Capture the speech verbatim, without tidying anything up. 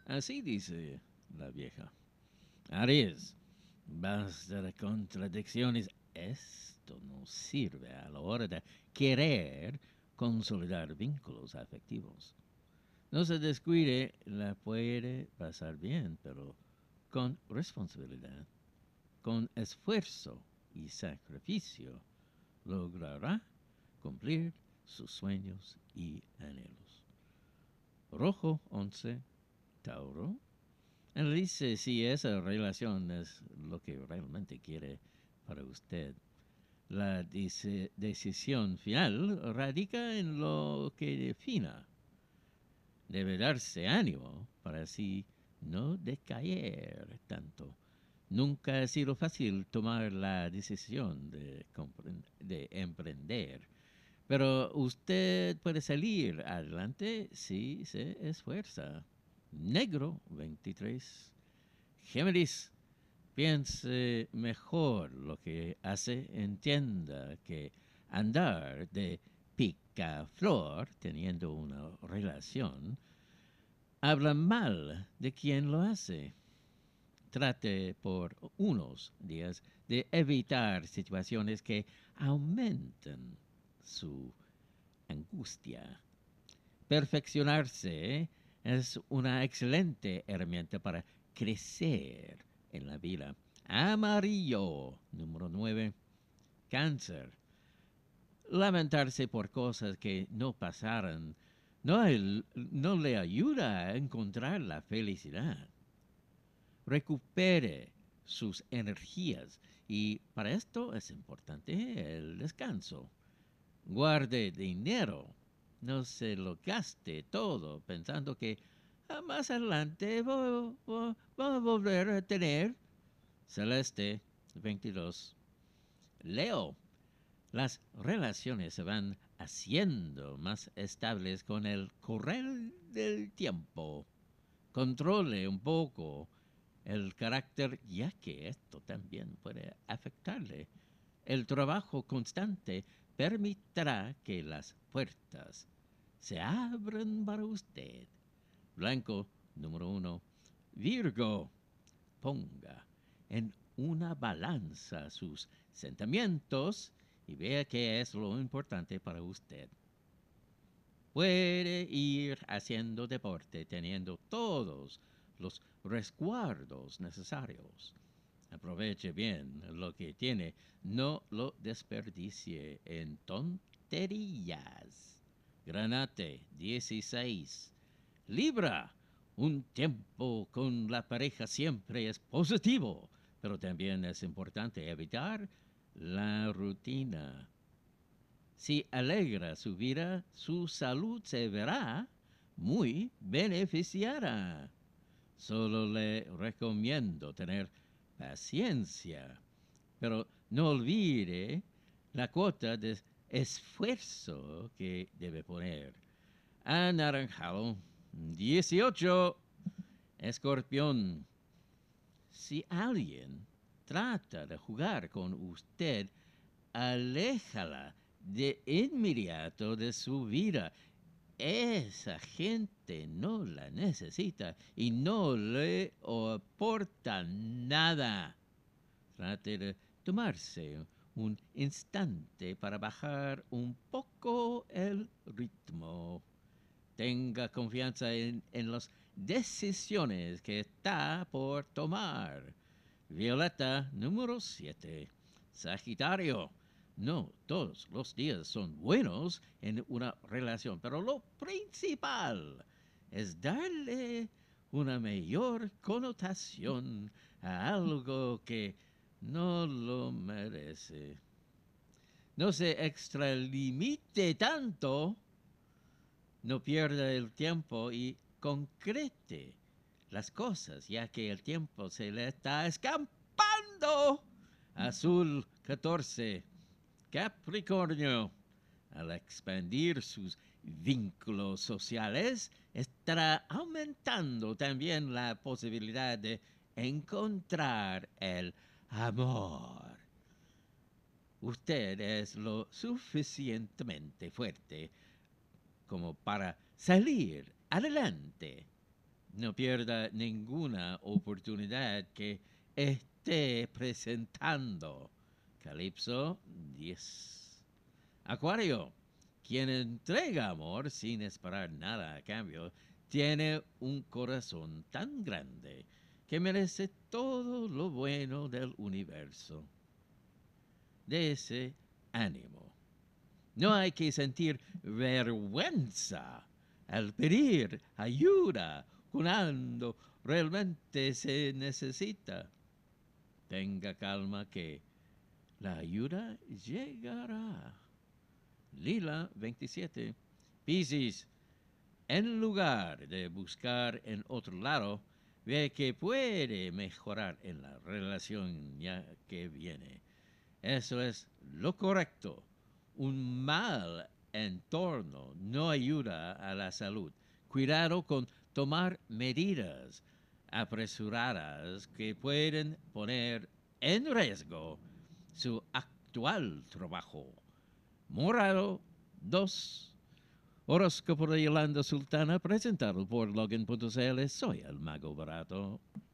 Así dice la vieja. Aries, basta de contradicciones. Esto no sirve a la hora de querer consolidar vínculos afectivos. No se descuide, la puede pasar bien, pero con responsabilidad, con esfuerzo y sacrificio, logrará cumplir sus sueños y anhelos. Rojo once, Tauro. Él dice si esa relación es lo que realmente quiere para usted. La dice- decisión final radica en lo que defina. Debe darse ánimo para así no decaer tanto. Nunca ha sido fácil tomar la decisión de, compren- de emprender, pero usted puede salir adelante si se esfuerza. Negro veintitrés. Géminis, piense mejor lo que hace, entienda que andar de picaflor teniendo una relación habla mal de quien lo hace. Trate por unos días de evitar situaciones que aumenten su angustia. Perfeccionarse es una excelente herramienta para crecer en la vida. Amarillo, número nueve, cáncer. Lamentarse por cosas que no pasaron no, el- no le ayuda a encontrar la felicidad. Recupere sus energías y para esto es importante el descanso. Guarde dinero, no se lo gaste todo pensando que "Ah, más adelante voy, voy- voy a volver a tener". Celeste veintidós. Leo, las relaciones se van haciendo más estables con el correr del tiempo. Controle un poco el carácter, ya que esto también puede afectarle. El trabajo constante permitirá que las puertas se abran para usted. Blanco, número uno. Virgo, ponga en una balanza sus sentimientos y vea qué es lo importante para usted. Puede ir haciendo deporte teniendo todos los resguardos necesarios. Aproveche bien lo que tiene, no lo desperdicie en tonterías. Granate dieciséis. Libra, un tiempo con la pareja siempre es positivo, pero también es importante evitar la rutina. Si alegra su vida, su salud se verá muy beneficiada. Solo le recomiendo tener paciencia, pero no olvide la cuota de esfuerzo que debe poner. Anaranjado dieciocho. Escorpión. Si alguien trata de jugar con usted, aléjala de inmediato de su vida. Esa gente no la necesita y no le aporta nada. Trate de tomarse un instante para bajar un poco el ritmo. Tenga confianza en, en las decisiones que está por tomar. Violeta número siete. Sagitario. No todos los días son buenos en una relación, pero lo principal es darle una mayor connotación a algo que no lo merece. No se extralimite tanto, no pierda el tiempo y concrete las cosas, ya que el tiempo se le está escapando. Azul catorce. Capricornio. Al expandir sus vínculos sociales, estará aumentando también la posibilidad de encontrar el amor. Usted es lo suficientemente fuerte como para salir adelante No pierda ninguna oportunidad que esté presentando. Calipso diez. Acuario, quien entrega amor sin esperar nada a cambio, tiene un corazón tan grande que merece todo lo bueno del universo. De ese ánimo. No hay que sentir vergüenza al pedir ayuda cuando realmente se necesita. Tenga calma que la ayuda llegará. Lila veintisiete. Piscis, en lugar de buscar en otro lado, ve que puede mejorar en la relación ya que viene. Eso es lo correcto. Un mal entorno no ayuda a la salud. Cuidado con tomar medidas apresuradas que pueden poner en riesgo su actual trabajo. Morado dos. Horóscopo de Yolanda Sultana presentado por Logan punto c l. Soy el Mago Barato.